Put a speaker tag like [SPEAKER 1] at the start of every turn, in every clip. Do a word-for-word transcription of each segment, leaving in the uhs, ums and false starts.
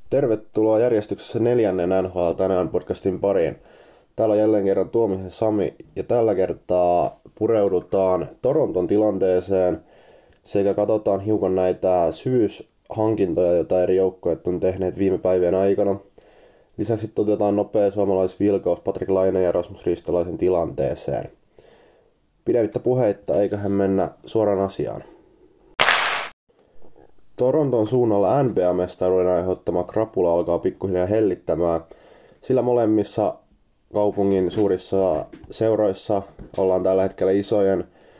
[SPEAKER 1] Tervetuloa järjestyksessä neljännen N H L tänään podcastin pariin. Täällä on jälleen kerran Tuomisen Sami ja tällä kertaa pureudutaan Toronton tilanteeseen sekä katsotaan hiukan näitä syvyyshankintoja, joita eri joukkueet on tehneet viime päivien aikana. Lisäksi otetaan nopea suomalaisvilkaus Patrik Laine ja Rasmus Ristolaisen tilanteeseen. Pidemmittä puheitta, eiköhän mennä suoraan asiaan. Toronton suunnalla N B A-mestaruuden aiheuttama krapula alkaa pikkuhiljaa hellittämään, sillä molemmissa kaupungin suurissa seuroissa ollaan tällä hetkellä isojen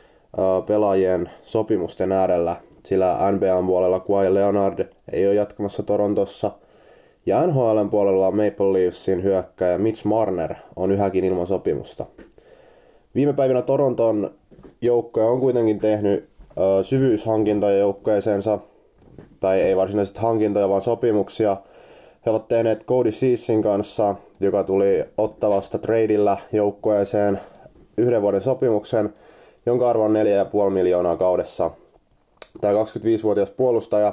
[SPEAKER 1] uh, pelaajien sopimusten äärellä, sillä N B A:n puolella Kawhi Leonard ei ole jatkamassa Torontossa, ja N H L:n puolella Maple Leafsin hyökkääjä Mitch Marner on yhäkin ilman sopimusta. Viime päivinä Toronton joukkoja on kuitenkin tehnyt uh, syvyyshankintoja joukkueeseensa, tai ei varsinaisesti hankintoja, vaan sopimuksia. He ovat tehneet Cody Ceasin kanssa, joka tuli Ottawasta tradeillä joukkueeseen yhden vuoden sopimuksen, jonka arvo on neljä pilkku viisi miljoonaa kaudessa. Tämä kaksikymmentäviisivuotias puolustaja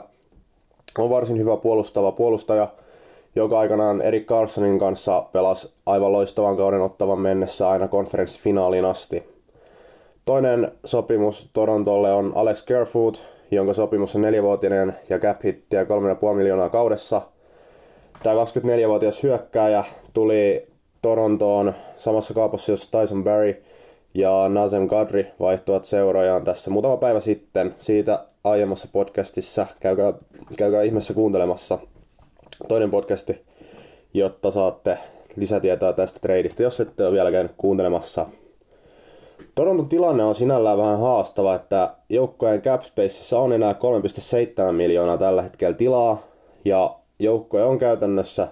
[SPEAKER 1] on varsin hyvä puolustava puolustaja, joka aikanaan Erik Karlssonin kanssa pelasi aivan loistavan kauden Ottawan mennessä aina konferenssifinaaliin asti. Toinen sopimus Torontolle on Alex Kerfoot, jonka sopimus on neljävuotinen ja cap hittiä kolme pilkku viisi miljoonaa kaudessa. Tämä kaksikymmentäneljävuotias hyökkääjä tuli Torontoon samassa kaupassa, jossa Tyson Barrie ja Nazem Kadri vaihtuvat seurojaan tässä muutama päivä sitten. Siitä aiemmassa podcastissa käykää, käykää ihmeessä kuuntelemassa toinen podcasti, jotta saatte lisätietoa tästä tradeista, jos ette ole vielä käynyt kuuntelemassa. Toronton tilanne on sinällään vähän haastava, että joukkojen cap spaceissa on enää kolme pilkku seitsemän miljoonaa tällä hetkellä tilaa, ja joukkoja on käytännössä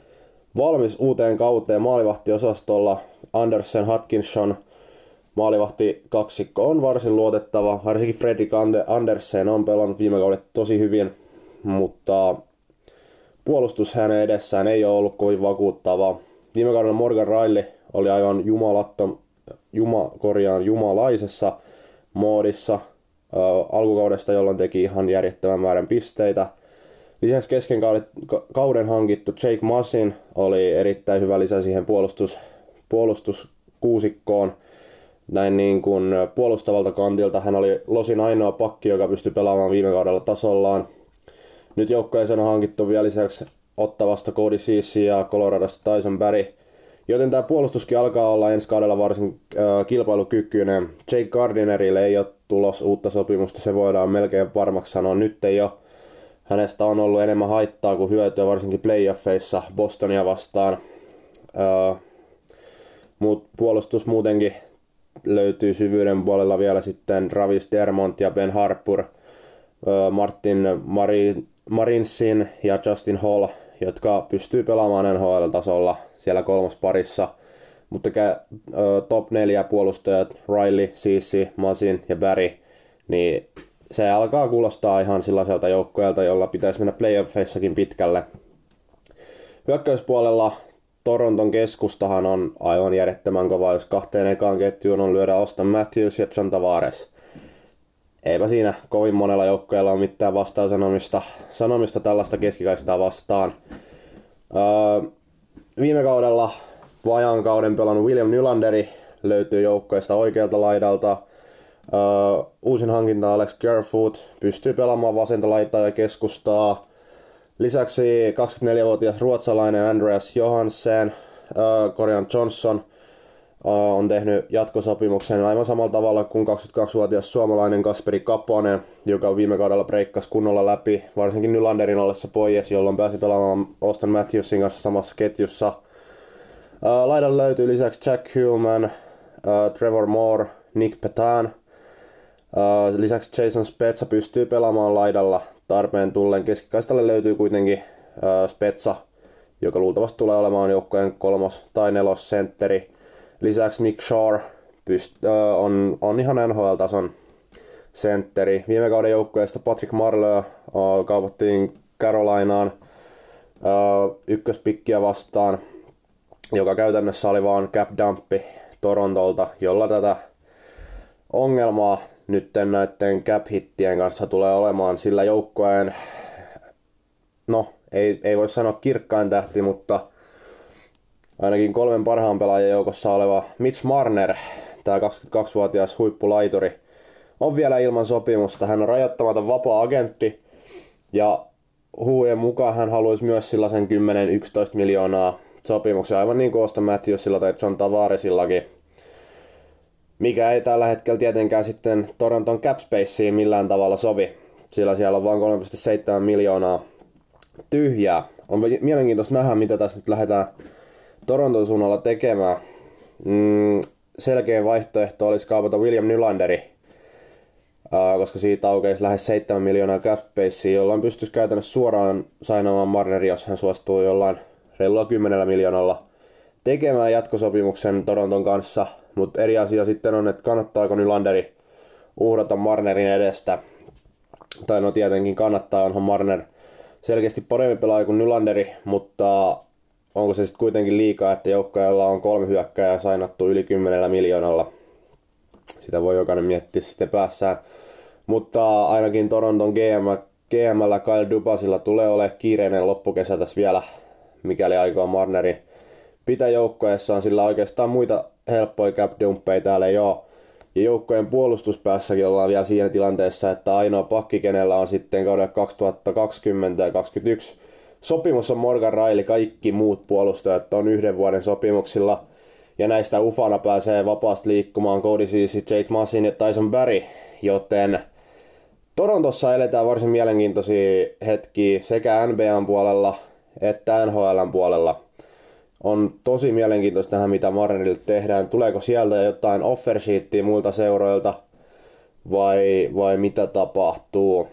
[SPEAKER 1] valmis uuteen kauteen maalivahtiosastolla. Andersen Hutchinson maalivahti kaksikko on varsin luotettava, varsinkin Fredrik Andersen on pelannut viime kaudet tosi hyvin, mutta puolustus hänen edessään ei ole ollut kovin vakuuttavaa. Viime kaudella Morgan Rielly oli aivan jumalattom Juma, korjaan jumalaisessa moodissa äh, alkukaudesta, jolloin teki ihan järjettömän määrän pisteitä. Lisäksi kesken kauden, kauden hankittu Jake Muzzin oli erittäin hyvä lisä siihen puolustus, puolustuskuusikkoon. Näin niin kuin puolustavalta kantilta hän oli Losin ainoa pakki, joka pystyi pelaamaan viime kaudella tasollaan. Nyt joukkueeseen on hankittu vielä lisäksi Ottawasta Cody Ceasia ja Coloradosta Tyson Barrie. Joten tämä puolustuskin alkaa olla ensi kaudella varsin äh, kilpailukykyinen. Jake Gardinerille ei ole tulos uutta sopimusta, se voidaan melkein varmaksi sanoa. Nyt ei ole. Hänestä on ollut enemmän haittaa kuin hyötyä, varsinkin playoffeissa Bostonia vastaan. Äh, Mut puolustus muutenkin löytyy syvyyden puolella vielä sitten Travis Dermont ja Ben Harpur, äh, Martin Marin, Marinsin ja Justin Hall, jotka pystyy pelaamaan N H L-tasolla siellä kolmosparissa, mutta top neljä puolustajat, Rielly, Ceci, Muzzin ja Barrie, niin se alkaa kuulostaa ihan sellaiselta joukkueelta, jolla pitäisi mennä playoffeissakin pitkälle. Hyökkäyspuolella Toronton keskustahan on aivan järjettömän kova, jos kahteen ekaan ketjuun on lyödä Auston Matthews ja John Tavares. Eipä siinä kovin monella joukkueella ole mitään vastaan sanomista, sanomista tällaista keskikaistaa vastaan. Öö, Viime kaudella vajaan kauden pelannut William Nylanderi löytyy joukkoista oikealta laidalta. Uh, uusin hankinta Alex Kerfoot pystyy pelaamaan vasenta laitaa ja keskustaa. Lisäksi kaksikymmentäneljävuotias ruotsalainen Andreas Johansson, uh, Corian Johnson, uh, on tehnyt jatkosopimuksen aivan samalla tavalla kuin kaksikymmentäkaksivuotias suomalainen Kasperi Kaponen, joka viime kaudella breikkasi kunnolla läpi, varsinkin Nylanderin ollessa pois, jolloin pääsi pelaamaan Auston Matthewsin kanssa samassa ketjussa. Uh, laidalle löytyy lisäksi Jack Hillman, uh, Trevor Moore, Nick Petan. Uh, lisäksi Jason Spezza pystyy pelaamaan laidalla tarpeen tullen. Keskikaistalle löytyy kuitenkin uh, Spezza, joka luultavasti tulee olemaan joukkojen kolmos- tai nelossentteri. Lisäksi Nick Shore pyst- uh, on, on ihan N H L-tason sentteri. Viime kauden joukkueesta Patrick Marleau uh, kaupattiin Carolinaan uh, ykköspikkiä vastaan, joka käytännössä oli vaan cap dumpi Torontolta, jolla tätä ongelmaa nyt näiden cap hittien kanssa tulee olemaan, sillä joukkueen, no ei, ei voi sanoa kirkkain tähti, mutta ainakin kolmen parhaan pelaajan joukossa oleva Mitch Marner, tämä kaksikymmentäkaksivuotias huippulaituri, on vielä ilman sopimusta. Hän on rajoittamaton vapaa-agentti ja huujen mukaan hän haluaisi myös sellaisen kymmenen yksitoista miljoonaa sopimuksia, aivan niin kuin Auston Matthewsilla tai John Tavaresillakin, mikä ei tällä hetkellä tietenkään sitten Toronton cap spaceen millään tavalla sovi, sillä siellä on vain kolme pilkku seitsemän miljoonaa tyhjää. On mielenkiintoista nähdä, mitä tässä nyt lähdetään Toronton suunnalla tekemään. Mm, selkeä vaihtoehto olisi kaupata William Nylanderi, uh, koska siitä aukeisi lähes seitsemän miljoonaa cap spacea, jolloin pystyisi käytännössä suoraan sainamaan Marneri, jos hän suostuu jollain reilulla kymmenellä miljoonalla tekemään jatkosopimuksen Toronton kanssa. Mutta eri asia sitten on, että kannattaako Nylanderi uhrata Marnerin edestä. Tai no tietenkin kannattaa, onhan Marner selkeästi parempi pelaaja kuin Nylanderi, mutta onko se sitten kuitenkin liikaa, että joukkueella on kolme hyökkääjää sainattu yli kymmenellä miljoonalla. Sitä voi jokainen miettiä sitten päässään. Mutta ainakin Toronton G M, G M:llä Kyle Dubasilla tulee olemaan kiireinen loppukesä tässä vielä, mikäli aikoo Marneri pitää joukkueessaan, sillä oikeastaan muita helppoja cap-dumppeja täällä ei ole. Ja joukkojen puolustuspäässäkin ollaan vielä siinä tilanteessa, että ainoa pakki, kenellä on sitten kaudella kaksituhattakaksikymmentä ja kaksituhattakaksikymmentäyksi sopimus on Morgan Rielly, kaikki muut puolustajat on yhden vuoden sopimuksilla. Ja näistä ufana pääsee vapaasti liikkumaan Cody Ceci, Jake Muzzin ja Tyson Barrie, joten Torontossa eletään varsin mielenkiintoisia hetkiä sekä N B A:n puolella että N H L:n puolella. On tosi mielenkiintoista nähdä, mitä Marnerille tehdään. Tuleeko sieltä jotain offer sheetia muilta seuroilta vai, vai mitä tapahtuu?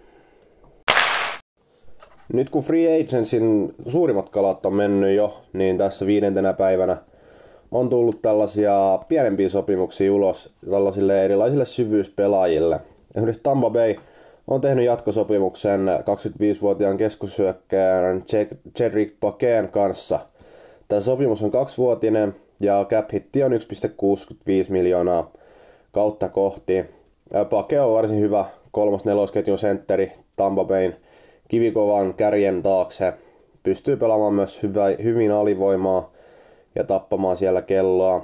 [SPEAKER 1] Nyt kun Free Agentsin suurimmat kalat on mennyt jo, niin tässä viidentenä päivänä on tullut tällaisia pienempiä sopimuksia ulos tällaisille erilaisille syvyyspelaajille. Esimerkiksi Tampa Bay on tehnyt jatkosopimuksen kaksikymmentäviisivuotiaan keskushyökkääjän Cedric Paquet'n kanssa. Tämä sopimus on kaksivuotinen ja cap hitti on yksi pilkku kuusikymmentäviisi miljoonaa kautta kohti. Paquet on varsin hyvä kolmos-nelosketjun sentteri Tampa Bayn kivikovan kärjen taakse. Pystyy pelaamaan myös hyvä, hyvin alivoimaa ja tappamaan siellä kelloa.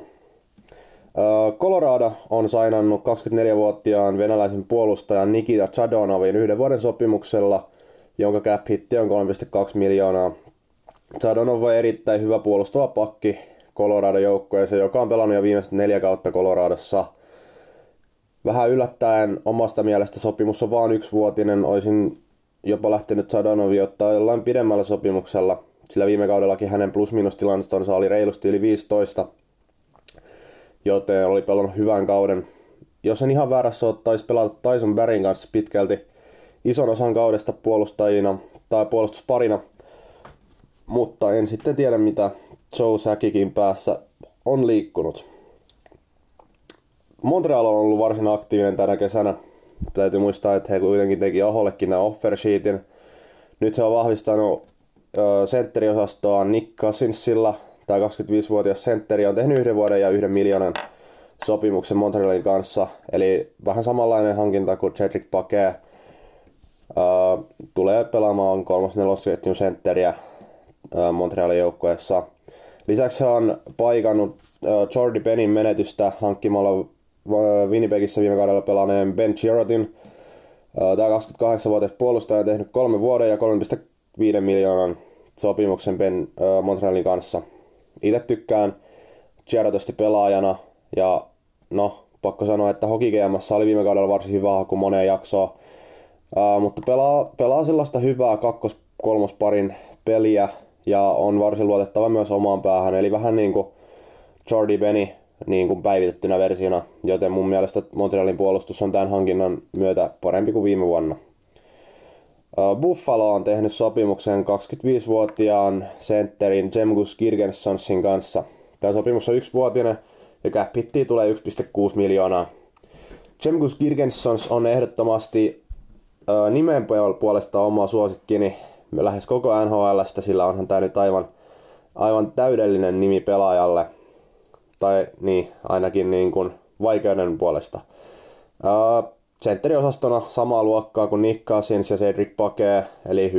[SPEAKER 1] Colorado on sainannut kaksikymmentäneljävuotiaan venäläisen puolustajan Nikita Chadonovin yhden vuoden sopimuksella, jonka cap hitti on kolme pilkku kaksi miljoonaa. Chadonov on erittäin hyvä puolustava pakki Colorado-joukkueeseen, joka on pelannut jo viimeiset neljä kautta Coloradossa. Vähän yllättäen omasta mielestä sopimus on vain yksivuotinen. Olisin jopa lähtenyt Chadonovia ottaa jollain pidemmällä sopimuksella, sillä viime kaudellakin hänen plus-minus-tilastonsa oli reilusti yli viisitoista, joten oli pelannut hyvän kauden. Jos en ihan väärässä ottaisi pelata Tyson Barrien kanssa pitkälti ison osan kaudesta puolustajina tai puolustusparina, mutta en sitten tiedä, mitä Joe Sackikin päässä on liikkunut. Montreal on ollut varsin aktiivinen tänä kesänä. Täytyy muistaa, että he kuitenkin teki Ahollekin nämä offer sheetin. Nyt he on vahvistanut ö, sentteriosastoa Nick Cousinsilla. Tämä kaksikymmentäviisivuotias sentteri on tehnyt yhden vuoden ja yhden miljoonan sopimuksen Montrealin kanssa. Eli vähän samanlainen hankinta kuin Cedric Paquet. Ö, tulee pelaamaan kolmos-nelosketjun sentteriä Montrealin joukkueessa. Lisäksi hän on paikannut Jordy Bennin menetystä hankkimalla Winnipegissä viime kaudella pelanneen Ben Chiarotin. Tämä kaksikymmentäkahdeksanvuotias puolustaja on tehnyt kolme vuoden ja kolme pilkku viisi miljoonan sopimuksen Ben Montrealin kanssa. Itse tykkään Chiarotista pelaajana ja no, pakko sanoa, että Hockey G M:ssä oli viime kaudella varsin hyvä haku moneen jaksoon. Mutta pelaa, pelaa sellaista hyvää kakkos-kolmosparin peliä ja on varsin luotettava myös omaan päähän, eli vähän niin kuin Jordy Benny niin kuin päivitettynä versiona, joten mun mielestä Montrealin puolustus on tämän hankinnan myötä parempi kuin viime vuonna. Buffalo on tehnyt sopimuksen kaksikymmentäviisivuotiaan sentterin Zemgus Girgensonsin kanssa. Tämä sopimus on yksivuotinen ja cap hittiä tulee yksi pilkku kuusi miljoonaa. Zemgus Girgensons on ehdottomasti äh, nimen puolesta oma suosikkini lähes koko N H L:stä, sillä onhan tämä nyt aivan, aivan täydellinen nimi pelaajalle. Tai niin, ainakin niin kuin vaikeuden puolesta. Uh, Sentteri-osastona samaa luokkaa kuin Nick Cousins ja Cedric Paquet, eli hyvä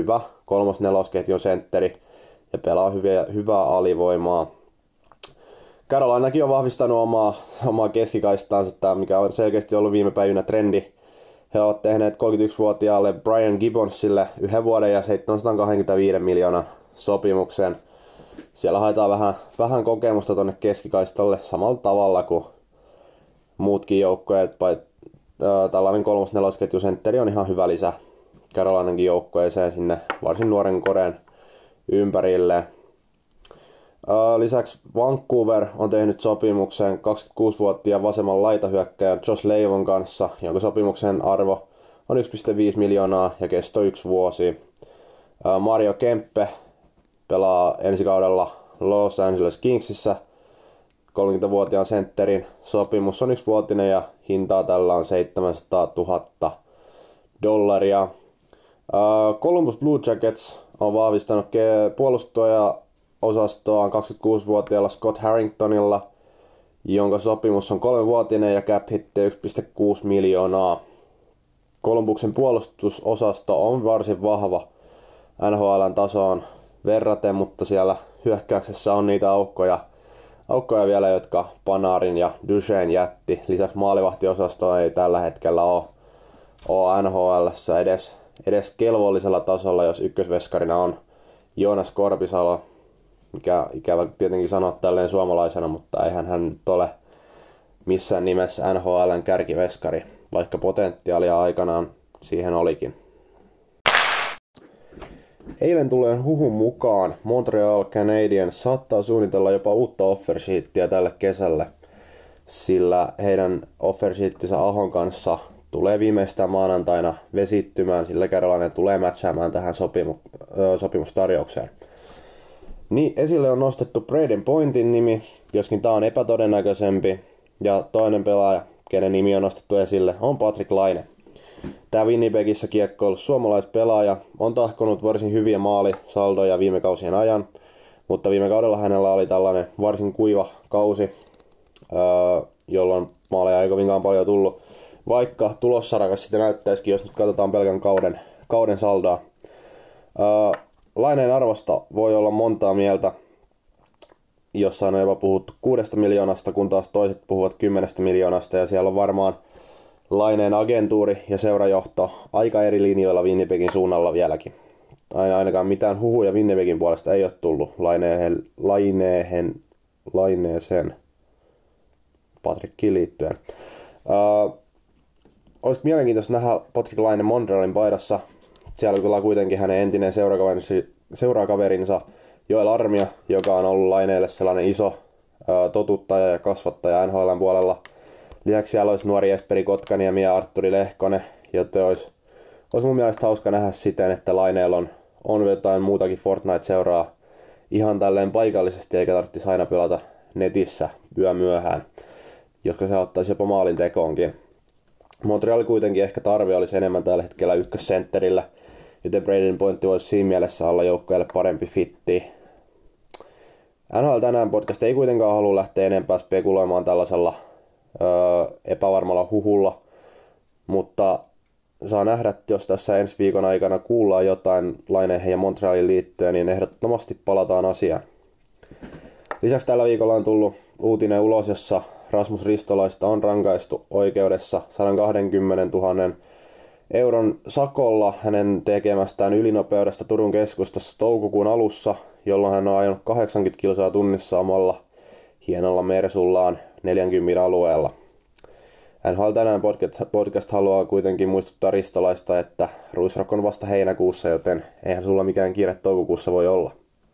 [SPEAKER 1] kolmos nelosketjun sentteri ja pelaa hyviä, hyvää alivoimaa. Carolinakin on vahvistanut omaa, omaa keskikaistaansa, tämä, mikä on selkeästi ollut viime päivinä trendi. He ovat tehneet kolmekymmentäyksivuotiaalle Brian Gibbonsille yhden vuoden ja seitsemänsataakaksikymmentäviisi miljoonan sopimuksen. Siellä haetaan vähän, vähän kokemusta tonne keskikaistalle samalla tavalla kuin muutkin joukkueet. Tällainen kolmos nelosketjusentteri on ihan hyvä lisä Carolinankin joukkueeseen sinne varsin nuoren Koreen ympärille. Lisäksi Vancouver on tehnyt sopimuksen kaksikymmentäkuusivuotiaan vasemman laitahyökkäjän Josh Leivon kanssa, jonka sopimuksen arvo on yksi pilkku viisi miljoonaa ja kesto yksi vuosi. Mario Kempe pelaa ensi kaudella Los Angeles Kingsissä. kolmekymmentävuotiaan sentterin sopimus on yksivuotinen ja hintaa tällä on seitsemänsataatuhatta dollaria. Columbus Blue Jackets on vahvistanut puolustaja osastoaan kaksikymmentäkuusivuotiaalla Scott Harringtonilla, jonka sopimus on kolmevuotinen ja cap hitti yksi pilkku kuusi miljoonaa. Columbuksen puolustusosasto on varsin vahva N H L:n tasoon verraten, mutta siellä hyökkäyksessä on niitä aukkoja, aukkoja vielä, jotka Panarin ja Duchesne jätti. Lisäksi maalivahtiosasto ei tällä hetkellä ole, ole N H L:ssä edes, edes kelvollisella tasolla, jos ykkösveskarina on Joonas Korpisalo, mikä ikävä tietenkin sanoa tälleen suomalaisena, mutta eihän hän nyt ole missään nimessä N H L:n kärkiveskari, vaikka potentiaalia aikanaan siihen olikin. Eilen tulleen huhun mukaan Montreal Canadiens saattaa suunnitella jopa uutta offersheettiä tälle kesälle, sillä heidän offersheettinsä Ahon kanssa tulee viimeistään maanantaina vesittymään, sillä Carolina tulee matchaamaan tähän sopimu- sopimustarjoukseen. Niin, esille on nostettu Braden Pointin nimi, joskin tämä on epätodennäköisempi, ja toinen pelaaja, kenen nimi on nostettu esille, on Patrik Laine. Tämä Winnipegissä kiekkoillut suomalaispelaaja on tahkonut varsin hyviä maalisaldoja viime kausien ajan, mutta viime kaudella hänellä oli tällainen varsin kuiva kausi, jolloin maaleja ei kovinkaan paljon tullut, vaikka tulossarakas sitten näyttäisikin, jos nyt katsotaan pelkän kauden, kauden saldoa. Laineen arvosta voi olla montaa mieltä. Jossain on jopa puhuttu kuudesta miljoonasta, kun taas toiset puhuvat kymmenestä miljoonasta, ja siellä on varmaan Laineen agentuuri ja seurajohto aika eri linjoilla Winnipegin suunnalla vieläkin. Aina ainakaan mitään huhuja Winnipegin puolesta ei ole tullut Laineen, Laineen, Laineeseen Patrikkiin liittyen. Uh, olisi mielenkiintoista nähdä Patrik Laine Montrealin paidassa. Siellä tulee kuitenkin hänen entinen seurakaverinsa Joel Armia, joka on ollut Laineelle sellainen iso uh, totuttaja ja kasvattaja N H L:n puolella. Lisäksi siellä olisi nuori Jesperi Kotkaniemi ja Artturi Lehkonen, joten olisi, olisi mun mielestä hauska nähdä siten, että Laineella on, on jotain muutakin Fortnite-seuraa ihan tälleen paikallisesti, eikä tarvitsisi aina pelata netissä yömyöhään, joska se ottaisi jopa maalin tekoonkin. Montreal kuitenkin ehkä tarve olisi enemmän tällä hetkellä ykkössentterillä, joten Braden Point voisi siinä mielessä olla joukkueelle parempi fitti. N H L tänään podcast ei kuitenkaan halua lähteä enempää spekuloimaan tällaisella öö, epävarmalla huhulla, mutta saa nähdä, että jos tässä ensi viikon aikana kuullaan jotain Laineihin ja Montrealin liittyen, niin ehdottomasti palataan asiaan. Lisäksi tällä viikolla on tullut uutinen ulos, jossa Rasmus Ristolaista on rankaistu oikeudessa sata kaksikymmentätuhatta euron sakolla hänen tekemästään ylinopeudesta Turun keskustassa toukokuun alussa, jolloin hän on ajanut kahdeksankymmentä kilsaa tunnissa omalla hienolla Mersullaan neljäkymmentä alueella. N H L tänään podcast, podcast haluaa kuitenkin muistuttaa Ristolaista, että Ruisrock on vasta heinäkuussa, joten eihän sulla mikään kiire toukokuussa voi olla.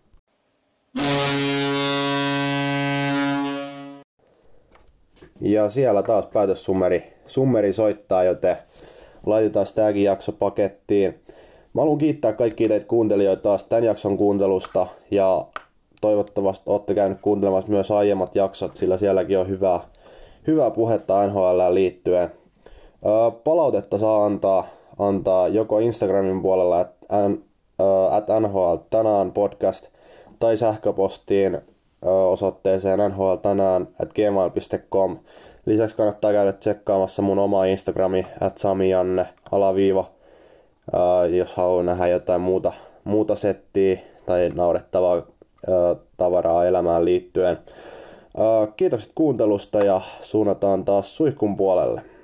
[SPEAKER 1] Ja siellä taas päätössummeri summeri soittaa, joten laitetaan tämäkin jakso pakettiin. Mä haluan kiittää kaikkia teitä kuuntelijoita taas tämän jakson kuuntelusta, ja toivottavasti olette käynyt kuuntelemassa myös aiemmat jaksot, sillä sielläkin on hyvää, hyvää puhetta N H L:ään liittyen. Öö, palautetta saa antaa, antaa joko Instagramin puolella at, at N H L tänään podcast tai sähköpostiin osoitteeseen n h l tänään at gmail piste com. Lisäksi kannattaa käydä tsekkaamassa mun omaa Instagrami at samijanne alaviiva, jos haluaa nähdä jotain muuta, muuta settiä tai naurettavaa ö, tavaraa elämään liittyen. Ö, kiitokset kuuntelusta ja suunnataan taas suihkun puolelle.